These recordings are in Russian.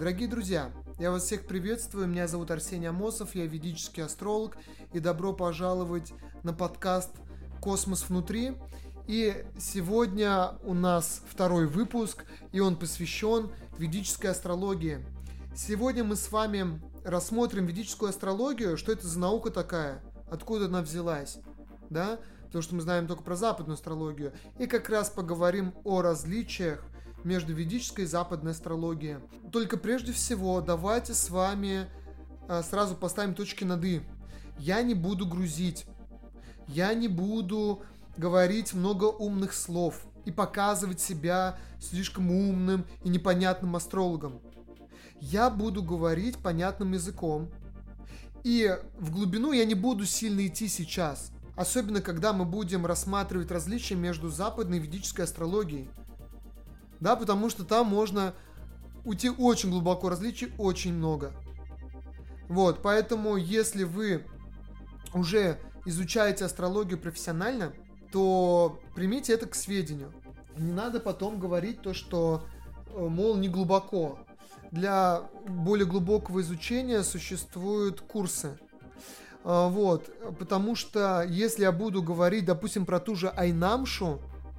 Дорогие друзья, я вас всех приветствую, меня зовут Арсений Амосов, я ведический астролог, и добро пожаловать на подкаст «Космос внутри». И сегодня у нас второй выпуск, и он посвящен ведической астрологии. Сегодня мы с вами рассмотрим ведическую астрологию, что это за наука такая, откуда она взялась, да? Потому что мы знаем только про западную астрологию. И как раз поговорим о различиях между ведической и западной астрологией. Только прежде всего давайте с вами сразу поставим точки над «и». Я не буду грузить, я не буду говорить много умных слов и показывать себя слишком умным и непонятным астрологом. Я буду говорить понятным языком. И в глубину я не буду сильно идти сейчас. Особенно, когда мы будем рассматривать различия между западной и ведической астрологией. Да, потому что там можно уйти очень глубоко, различий очень много. Вот, поэтому, если вы уже изучаете астрологию профессионально, то примите это к сведению. Не надо потом говорить то, что, мол, не глубоко. Для более глубокого изучения существуют курсы. Вот, потому что если я буду говорить, допустим, про ту же Айнамшу,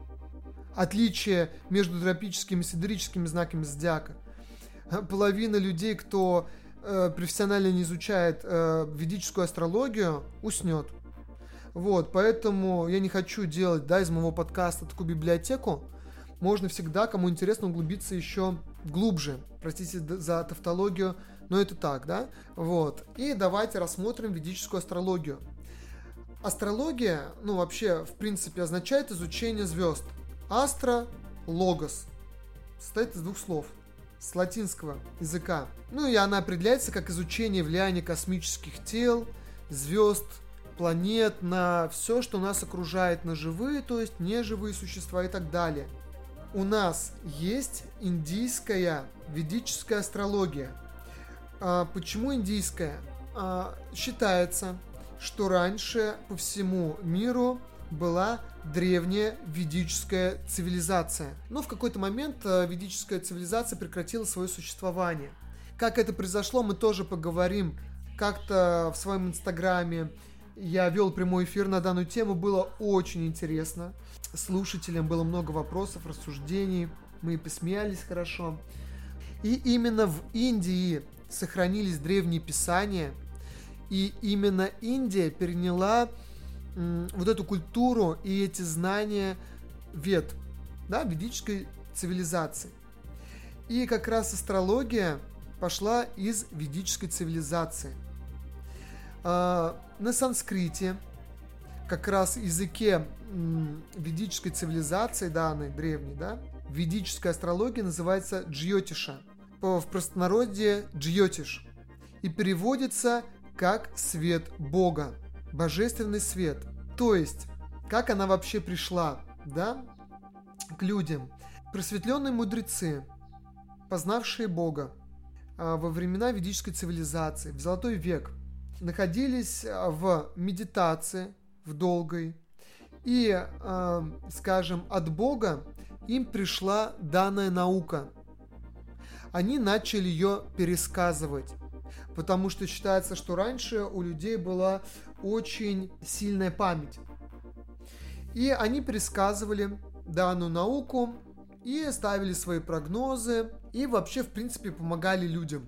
отличие между тропическими и сидерическими знаками зодиака, половина людей, кто профессионально не изучает ведическую астрологию, уснет. Вот, поэтому я не хочу делать, из моего подкаста такую библиотеку. Можно всегда, кому интересно, углубиться еще глубже. Простите за тавтологию, но это так, да? Вот. И давайте рассмотрим ведическую астрологию. Астрология, вообще, в принципе, означает изучение звезд. Астро, логос. Состоит из двух слов. С латинского языка. И она определяется как изучение влияния космических тел, звезд, планет на все, что нас окружает, на живые, то есть неживые существа и так далее. У нас есть индийская ведическая астрология. Почему индийская? Считается, что раньше по всему миру была древняя ведическая цивилизация. Но в какой-то момент ведическая цивилизация прекратила свое существование. Как это произошло, мы тоже поговорим. Как-то в своем инстаграме я вел прямой эфир на данную тему, было очень интересно. Слушателям было много вопросов, рассуждений, мы посмеялись хорошо. И именно в Индии сохранились древние писания, и именно Индия переняла вот эту культуру и эти знания ведической цивилизации. И как раз астрология пошла из ведической цивилизации. На санскрите, как раз языке ведической цивилизации, данной древней, ведическая астрология называется джьотиша. В простонародье джьотиш. И переводится как свет Бога. Божественный свет. То есть, как она вообще пришла, к людям. Просветленные мудрецы, познавшие Бога во времена ведической цивилизации, в Золотой век, находились в медитации, в долгой, и, от Бога им пришла данная наука. Они начали ее пересказывать, потому что считается, что раньше у людей была очень сильная память. И они пересказывали данную науку и ставили свои прогнозы, и вообще, в принципе, помогали людям.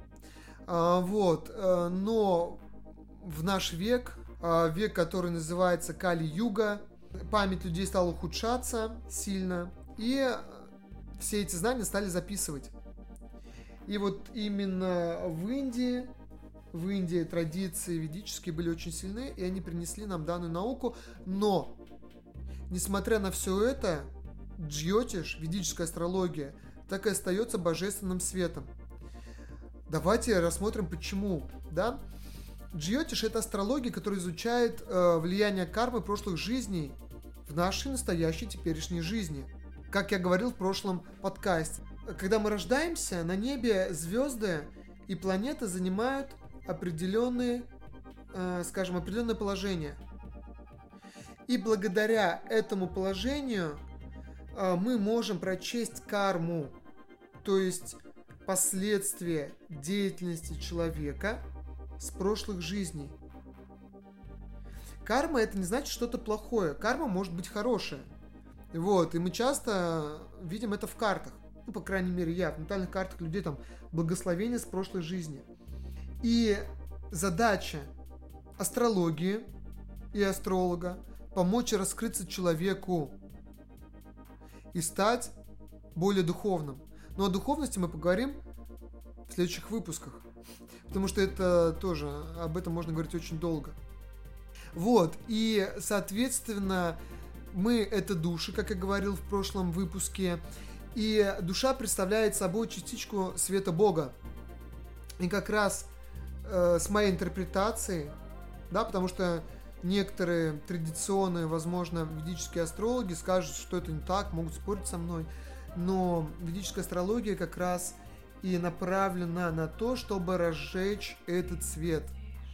Но в наш век, который называется Кали-юга, память людей стала ухудшаться сильно, и все эти знания стали записывать. И вот именно в Индии традиции ведические были очень сильны, и они принесли нам данную науку. Но, несмотря на все это, джьотиш, ведическая астрология, так и остается божественным светом. Давайте рассмотрим, почему. Джьотиш — это астрология, которая изучает влияние кармы прошлых жизней в нашей настоящей теперешней жизни. Как я говорил в прошлом подкасте. Когда мы рождаемся, на небе звезды и планеты занимают определенное положение. И благодаря этому положению мы можем прочесть карму. То есть последствия деятельности человека с прошлых жизней. Карма — это не значит что-то плохое. Карма может быть хорошая. Вот, и мы часто видим это в картах. Ну, по крайней мере, я в натальных картах людей там благословение с прошлой жизни. И задача астрологии и астролога помочь раскрыться человеку и стать более духовным. Но о духовности мы поговорим в следующих выпусках, потому что это тоже, об этом можно говорить очень долго. Вот, и, соответственно, мы — это души, как я говорил в прошлом выпуске, и душа представляет собой частичку света Бога. И как раз с моей интерпретацией, да, потому что некоторые традиционные, возможно, ведические астрологи скажут, что это не так, могут спорить со мной, но ведическая астрология как раз и направлена на то, чтобы разжечь этот свет,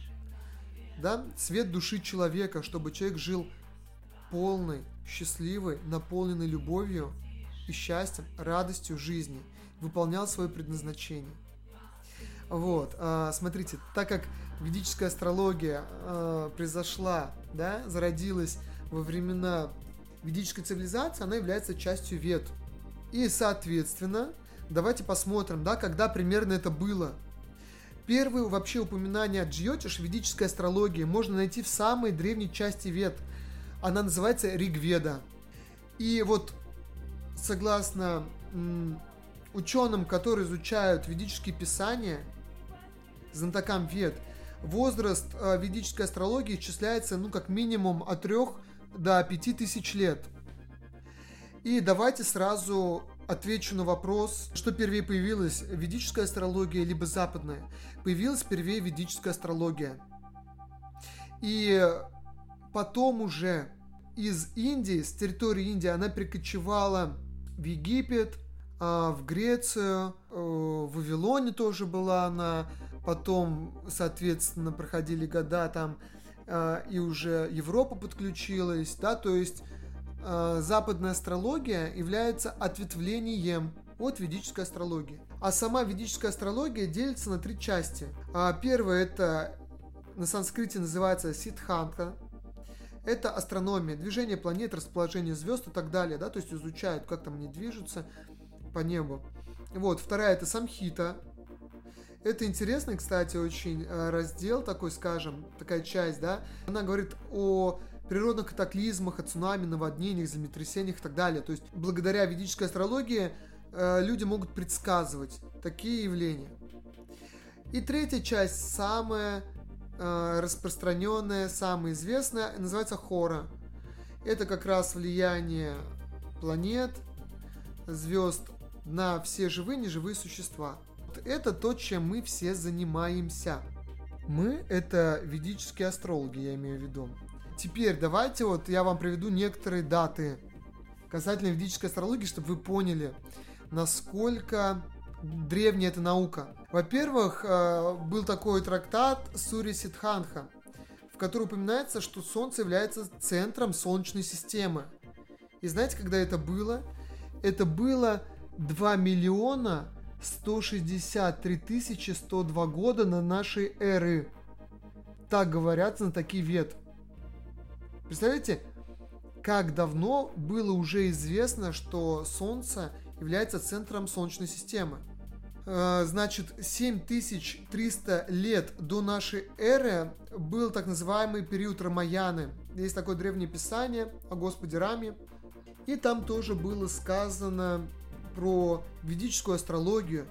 да, свет души человека, чтобы человек жил полной, счастливой, наполненной любовью и счастьем, радостью жизни, выполнял свое предназначение. Вот, смотрите, так как ведическая астрология произошла, да, зародилась во времена ведической цивилизации, она является частью Вед. И, соответственно, давайте посмотрим, да, когда примерно это было. Первые вообще упоминания о Джьотиш, ведической астрологии, можно найти в самой древней части Вед. Она называется Ригведа. И вот, согласно ученым, которые изучают ведические писания, знатокам Вед, возраст ведической астрологии исчисляется, ну, как минимум от 3 до 5 тысяч лет. И давайте сразу отвечу на вопрос, что первее появилась, ведическая астрология либо западная. Появилась первее ведическая астрология. И потом уже из Индии, с территории Индии, она перекочевала в Египет, в Грецию, в Вавилоне тоже была она. Потом, соответственно, проходили года там, и уже Европа подключилась, да, то есть западная астрология является ответвлением от ведической астрологии. А сама ведическая астрология делится на 3 части. Первая — это на санскрите называется Сиддханта. Это астрономия, движение планет, расположение звезд и так далее, да, то есть изучают, как там они движутся по небу. Вот, вторая — это Самхита. Это интересный, кстати, очень раздел такой, скажем, такая часть, да. Она говорит о природных катаклизмах, о цунами, наводнениях, землетрясениях и так далее. То есть, благодаря ведической астрологии люди могут предсказывать такие явления. И третья часть, самая распространенная, самая известная, называется Хора. Это как раз влияние планет, звезд на все живые и неживые существа. Это то, чем мы все занимаемся. Мы — это ведические астрологи, я имею в виду. Теперь давайте вот я вам приведу некоторые даты касательно ведической астрологии, чтобы вы поняли, насколько древняя эта наука. Во-первых, был такой трактат Сурья Сиддханта, в котором упоминается, что Солнце является центром Солнечной системы. И знаете, когда это было? Это было 2 миллиона 163 тысячи 102 года на нашей эры. Так говорят знатоки Вед. Представляете, как давно было уже известно, что Солнце является центром Солнечной системы. Значит, 7300 лет до нашей эры был так называемый период Рамаяны. Есть такое древнее писание о Господе Раме. И там тоже было сказано про ведическую астрологию.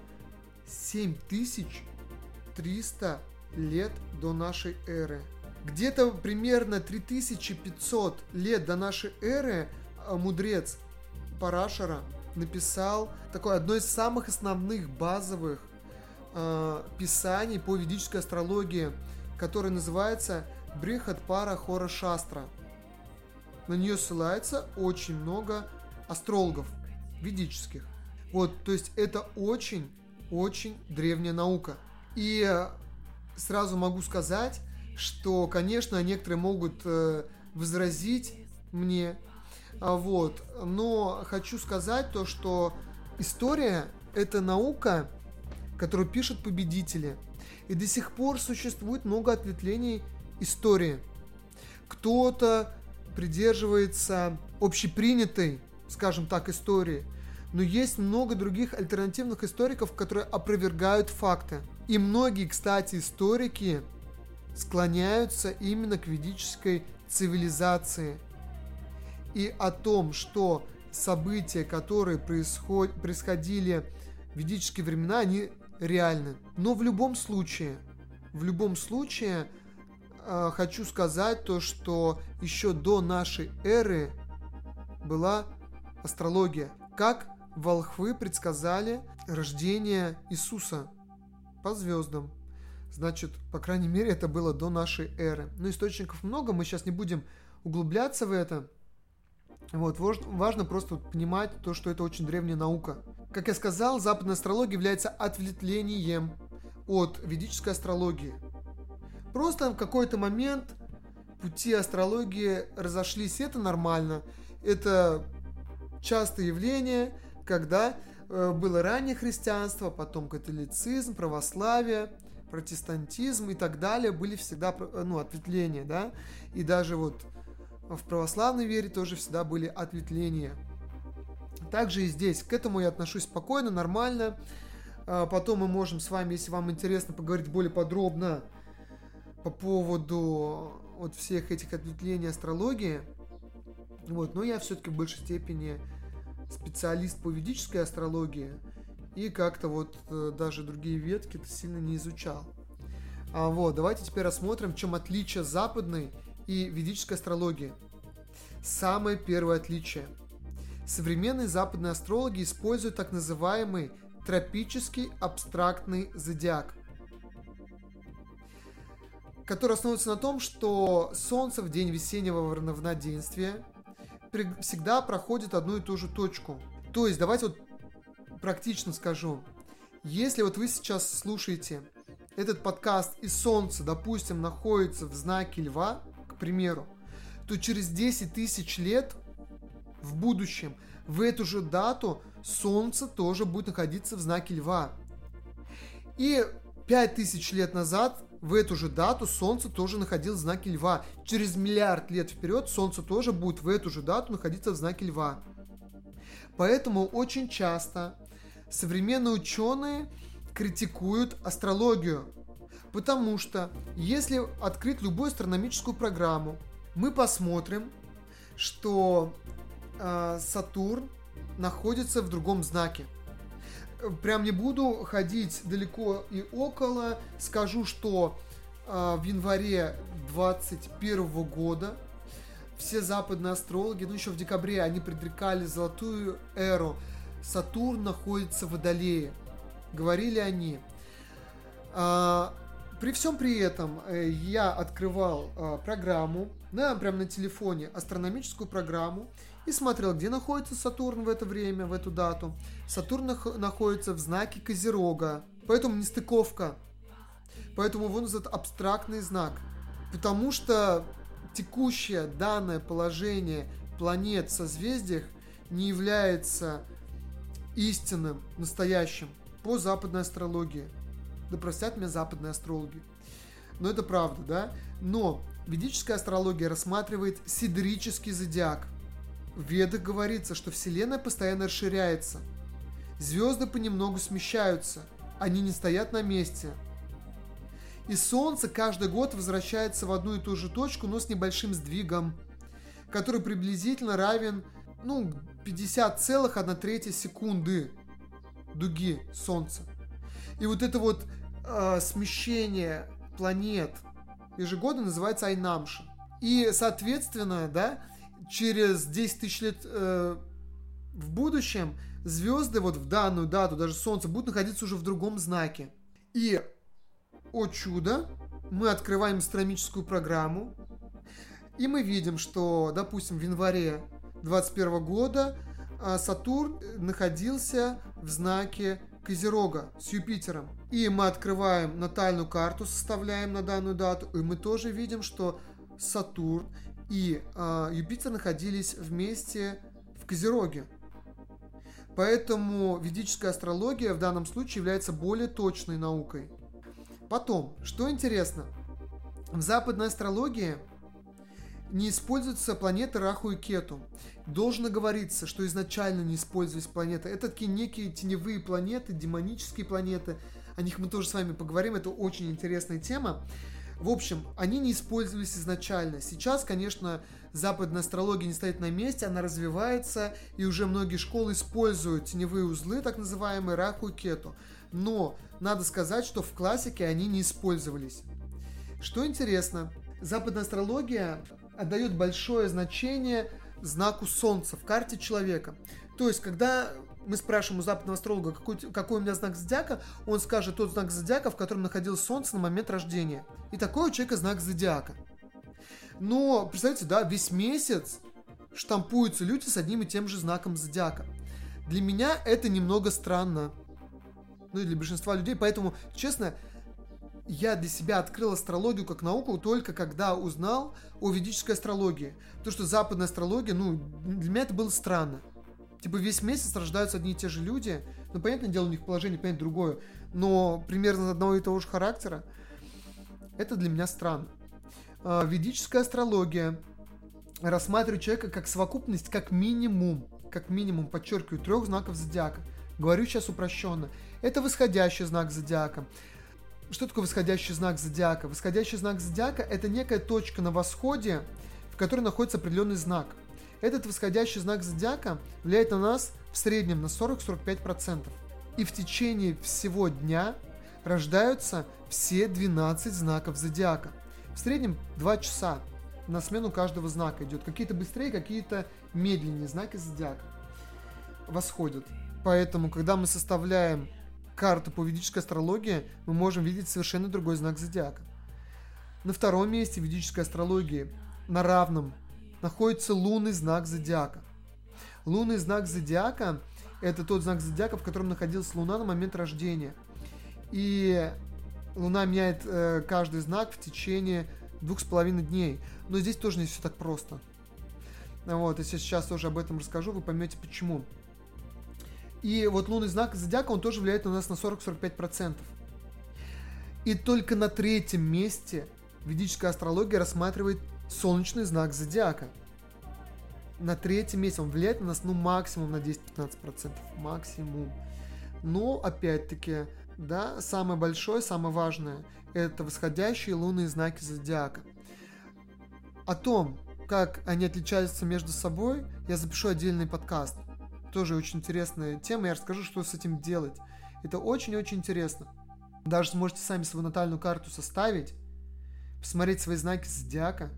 7300 лет до нашей эры. Где-то примерно 3500 лет до нашей эры мудрец Парашара написал такое одно из самых основных базовых писаний по ведической астрологии, которое называется Брихадпара Хора Шастра. На нее ссылается очень много астрологов ведических. Вот, то есть это очень древняя наука. И сразу могу сказать, что, конечно, некоторые могут возразить мне, вот, но хочу сказать то, что история — это наука, которую пишут победители. И до сих пор существует много ответвлений истории. Кто-то придерживается общепринятой, скажем так, истории, но есть много других альтернативных историков, которые опровергают факты. И многие, кстати, историки склоняются именно к ведической цивилизации. И о том, что события, которые происходили в ведические времена, они реальны. Но в любом случае, хочу сказать то, что еще до нашей эры была астрология. Как волхвы предсказали рождение Иисуса по звездам. Значит, по крайней мере, это было до нашей эры. Но источников много, мы сейчас не будем углубляться в это. Вот, важно просто понимать то, что это очень древняя наука. Как я сказал, западная астрология является ответвлением от ведической астрологии. Просто в какой-то момент пути астрологии разошлись, это нормально. Это частое явление, когда было раннее христианство, потом католицизм, православие, протестантизм и так далее, были всегда ответвления, да, и даже вот в православной вере тоже всегда были ответвления. Также и здесь, к этому я отношусь спокойно, нормально. Потом мы можем с вами, если вам интересно, поговорить более подробно по поводу вот всех этих ответвлений астрологии. Вот, но я все-таки в большей степени специалист по ведической астрологии и как-то вот даже другие ветки-то сильно не изучал. Давайте теперь рассмотрим, в чем отличие западной и ведической астрологии. Самое первое отличие. Современные западные астрологи используют так называемый тропический абстрактный зодиак, который основывается на том, что Солнце в день весеннего равноденствия всегда проходит одну и ту же точку. То есть, давайте вот практично скажу. Если вот вы сейчас слушаете этот подкаст и Солнце, допустим, находится в знаке Льва, к примеру, то через 10 тысяч лет в будущем в эту же дату Солнце тоже будет находиться в знаке Льва. И 5000 лет назад в эту же дату Солнце тоже находилось в знаке Льва. Через миллиард лет вперед Солнце тоже будет в эту же дату находиться в знаке Льва. Поэтому очень часто современные ученые критикуют астрологию. Потому что если открыть любую астрономическую программу, мы посмотрим, что Сатурн находится в другом знаке. Прям не буду ходить далеко и около. Скажу, что в январе 2021 года все западные астрологи, еще в декабре, они предрекали золотую эру. Сатурн находится в Водолее. Говорили они. При всем при этом я открывал программу, прямо на телефоне, астрономическую программу, и смотрел, где находится Сатурн в это время, в эту дату. Сатурн находится в знаке Козерога, поэтому нестыковка. Поэтому его называют абстрактный знак. Потому что текущее данное положение планет в созвездиях не является истинным, настоящим по западной астрологии. Да простят меня западные астрологи. Но это правда, да? Но ведическая астрология рассматривает сидерический зодиак. В Ведах говорится, что Вселенная постоянно расширяется. Звезды понемногу смещаются. Они не стоят на месте. И Солнце каждый год возвращается в одну и ту же точку, но с небольшим сдвигом, который приблизительно равен 50,1 секунды дуги Солнца. И вот это вот смещение планет ежегодно называется Айнамша. И, соответственно, да, через 10 тысяч лет в будущем звезды вот в данную дату, даже Солнце, будут находиться уже в другом знаке. И, о чудо, мы открываем астрономическую программу, и мы видим, что, допустим, в январе 2021 года Сатурн находился в знаке Козерога с Юпитером. И мы открываем натальную карту, составляем на данную дату, и мы тоже видим, что Сатурн и Юпитер находились вместе в Козероге. Поэтому ведическая астрология в данном случае является более точной наукой. Потом, что интересно, в западной астрологии не используются планеты Раху и Кету. Должно говориться, что изначально не использовались планеты. Это такие некие теневые планеты, демонические планеты. О них мы тоже с вами поговорим, это очень интересная тема. В общем, они не использовались изначально. Сейчас, конечно, западная астрология не стоит на месте, она развивается, и уже многие школы используют теневые узлы, так называемые Раху и Кету. Но надо сказать, что в классике они не использовались. Что интересно, западная астрология отдает большое значение знаку Солнца в карте человека. То есть, когда мы спрашиваем у западного астролога, какой у меня знак зодиака, он скажет тот знак зодиака, в котором находилось Солнце на момент рождения. И такой у человека знак зодиака. Но, представьте, да, весь месяц штампуются люди с одним и тем же знаком зодиака. Для меня это немного странно. Ну и для большинства людей. Поэтому, честно, я для себя открыл астрологию как науку только когда узнал о ведической астрологии. Потому что западная астрология, для меня это было странно. Типа весь месяц рождаются одни и те же люди. Ну, понятное дело, у них положение, понятно, другое. Но примерно одного и того же характера. Это для меня странно. Ведическая астрология рассматривает человека как совокупность, как минимум, подчеркиваю, 3 знаков зодиака. Говорю сейчас упрощенно. Это восходящий знак зодиака. Что такое восходящий знак зодиака? Восходящий знак зодиака – это некая точка на восходе, в которой находится определенный знак. Этот восходящий знак зодиака влияет на нас в среднем на 40-45%. И в течение всего дня рождаются все 12 знаков зодиака. В среднем 2 часа на смену каждого знака идет. Какие-то быстрее, какие-то медленнее знаки зодиака восходят. Поэтому, когда мы составляем карту по ведической астрологии, мы можем видеть совершенно другой знак зодиака. На втором месте ведической астрологии, на равном, находится лунный знак зодиака. Лунный знак зодиака – это тот знак зодиака, в котором находилась Луна на момент рождения. И Луна меняет каждый знак в течение 2,5 дней. Но здесь тоже не все так просто. Вот, если сейчас тоже об этом расскажу, вы поймете почему. И вот лунный знак зодиака, он тоже влияет на нас на 40-45%. И только на 3-м месте ведическая астрология рассматривает солнечный знак зодиака. На 3-м месте он влияет на нас, максимум на 10-15%. Максимум. Но, опять-таки, да, самое большое, самое важное – это восходящие лунные знаки зодиака. О том, как они отличаются между собой, я запишу отдельный подкаст. Тоже очень интересная тема, я расскажу, что с этим делать. Это очень-очень интересно. Даже сможете сами свою натальную карту составить, посмотреть свои знаки зодиака.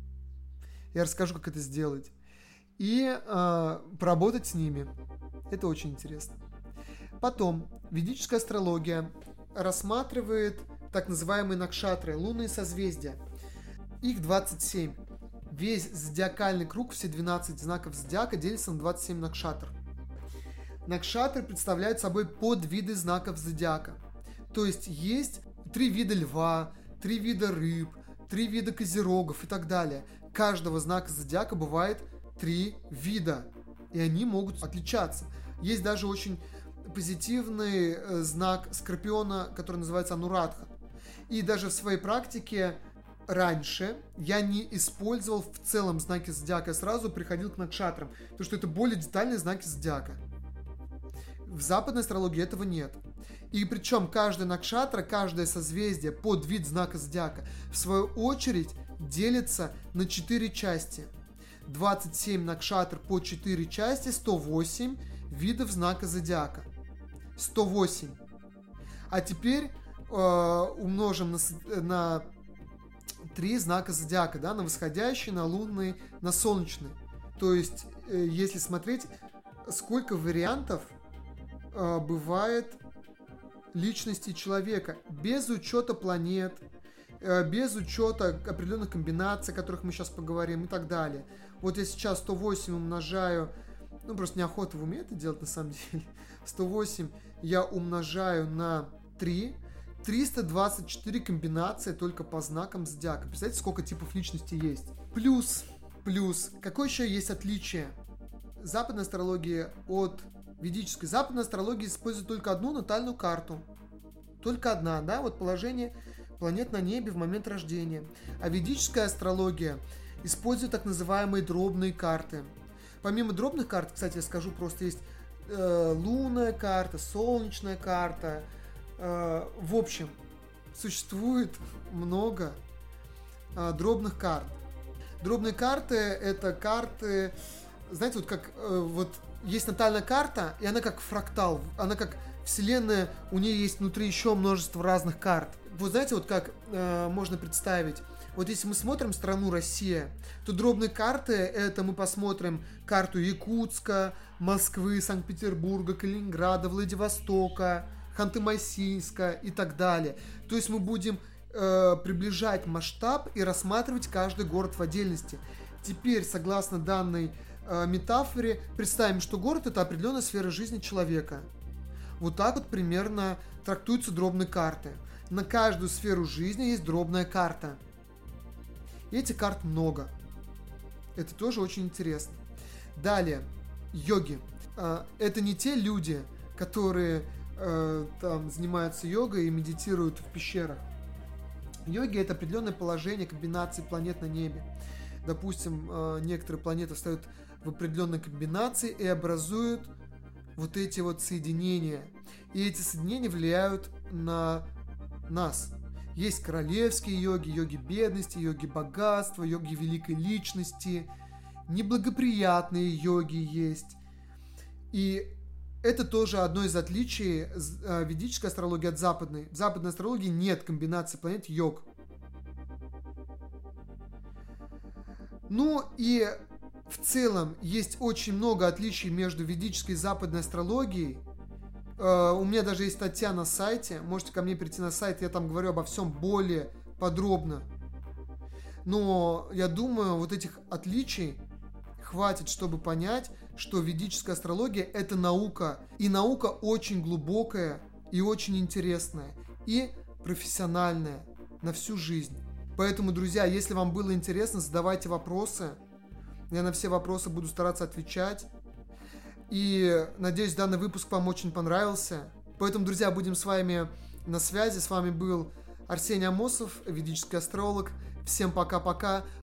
Я расскажу, как это сделать. И поработать с ними. Это очень интересно. Потом, ведическая астрология рассматривает так называемые накшатры, лунные созвездия. Их 27. Весь зодиакальный круг, все 12 знаков зодиака делится на 27 накшатр. Накшатры представляют собой подвиды знаков зодиака. То есть 3 вида льва, 3 вида рыб, 3 вида козерогов и так далее. Каждого знака зодиака бывает 3 вида, и они могут отличаться. Есть даже очень позитивный знак Скорпиона, который называется Анурадха. И даже в своей практике раньше я не использовал в целом знаки зодиака, я сразу приходил к накшатрам, потому что это более детальные знаки зодиака. В западной астрологии этого нет. И причем каждая накшатра, каждое созвездие под вид знака зодиака в свою очередь делится на 4 части. 27 накшатр по 4 части, 108 видов знака зодиака. 108. А теперь умножим на 3 знака зодиака, да, на восходящий, на лунный, на солнечный. То есть, если смотреть, сколько вариантов бывает личности человека, без учета планет, без учета определенных комбинаций, о которых мы сейчас поговорим и так далее. Вот я сейчас 108 умножаю, просто неохота в уме это делать на самом деле, 108 я умножаю на 3, 324 комбинации только по знакам зодиака. Представляете, сколько типов личности есть? Плюс, какое еще есть отличие западной астрологии от ведической. Западная астрология использует только одну натальную карту. Только одна, да, вот положение планет на небе в момент рождения. А ведическая астрология использует так называемые дробные карты. Помимо дробных карт, кстати, я скажу, просто есть лунная карта, солнечная карта. В общем, существует много дробных карт. Дробные карты — это карты, знаете, вот как вот есть натальная карта, и она как фрактал, она как Вселенная, у нее есть внутри еще множество разных карт. Вот знаете, вот как можно представить, вот если мы смотрим страну Россия, то дробные карты — это мы посмотрим карту Якутска, Москвы, Санкт-Петербурга, Калининграда, Владивостока, Ханты-Мансийска и так далее. То есть мы будем приближать масштаб и рассматривать каждый город в отдельности. Теперь, согласно данной метафоре, представим, что город — это определенная сфера жизни человека. Вот так вот примерно трактуются дробные карты. На каждую сферу жизни есть дробная карта. И этих карт много. Это тоже очень интересно. Далее, йоги. Это не те люди, которые там занимаются йогой и медитируют в пещерах. Йоги — это определенное положение комбинации планет на небе. Допустим, некоторые планеты встают в определенной комбинации и образуют вот эти вот соединения. И эти соединения влияют на нас. Есть королевские йоги, йоги бедности, йоги богатства, йоги великой личности. Неблагоприятные йоги есть. И это тоже одно из отличий ведической астрологии от западной. В западной астрологии нет комбинации планет йог. Ну и в целом есть очень много отличий между ведической и западной астрологией. У меня даже есть статья на сайте. Можете ко мне прийти на сайт, я там говорю обо всем более подробно. Но я думаю, вот этих отличий хватит, чтобы понять, что ведическая астрология — это наука. И наука очень глубокая и очень интересная. И профессиональная на всю жизнь. Поэтому, друзья, если вам было интересно, задавайте вопросы. Я на все вопросы буду стараться отвечать. И надеюсь, данный выпуск вам очень понравился. Поэтому, друзья, будем с вами на связи. С вами был Арсений Амосов, ведический астролог. Всем пока-пока.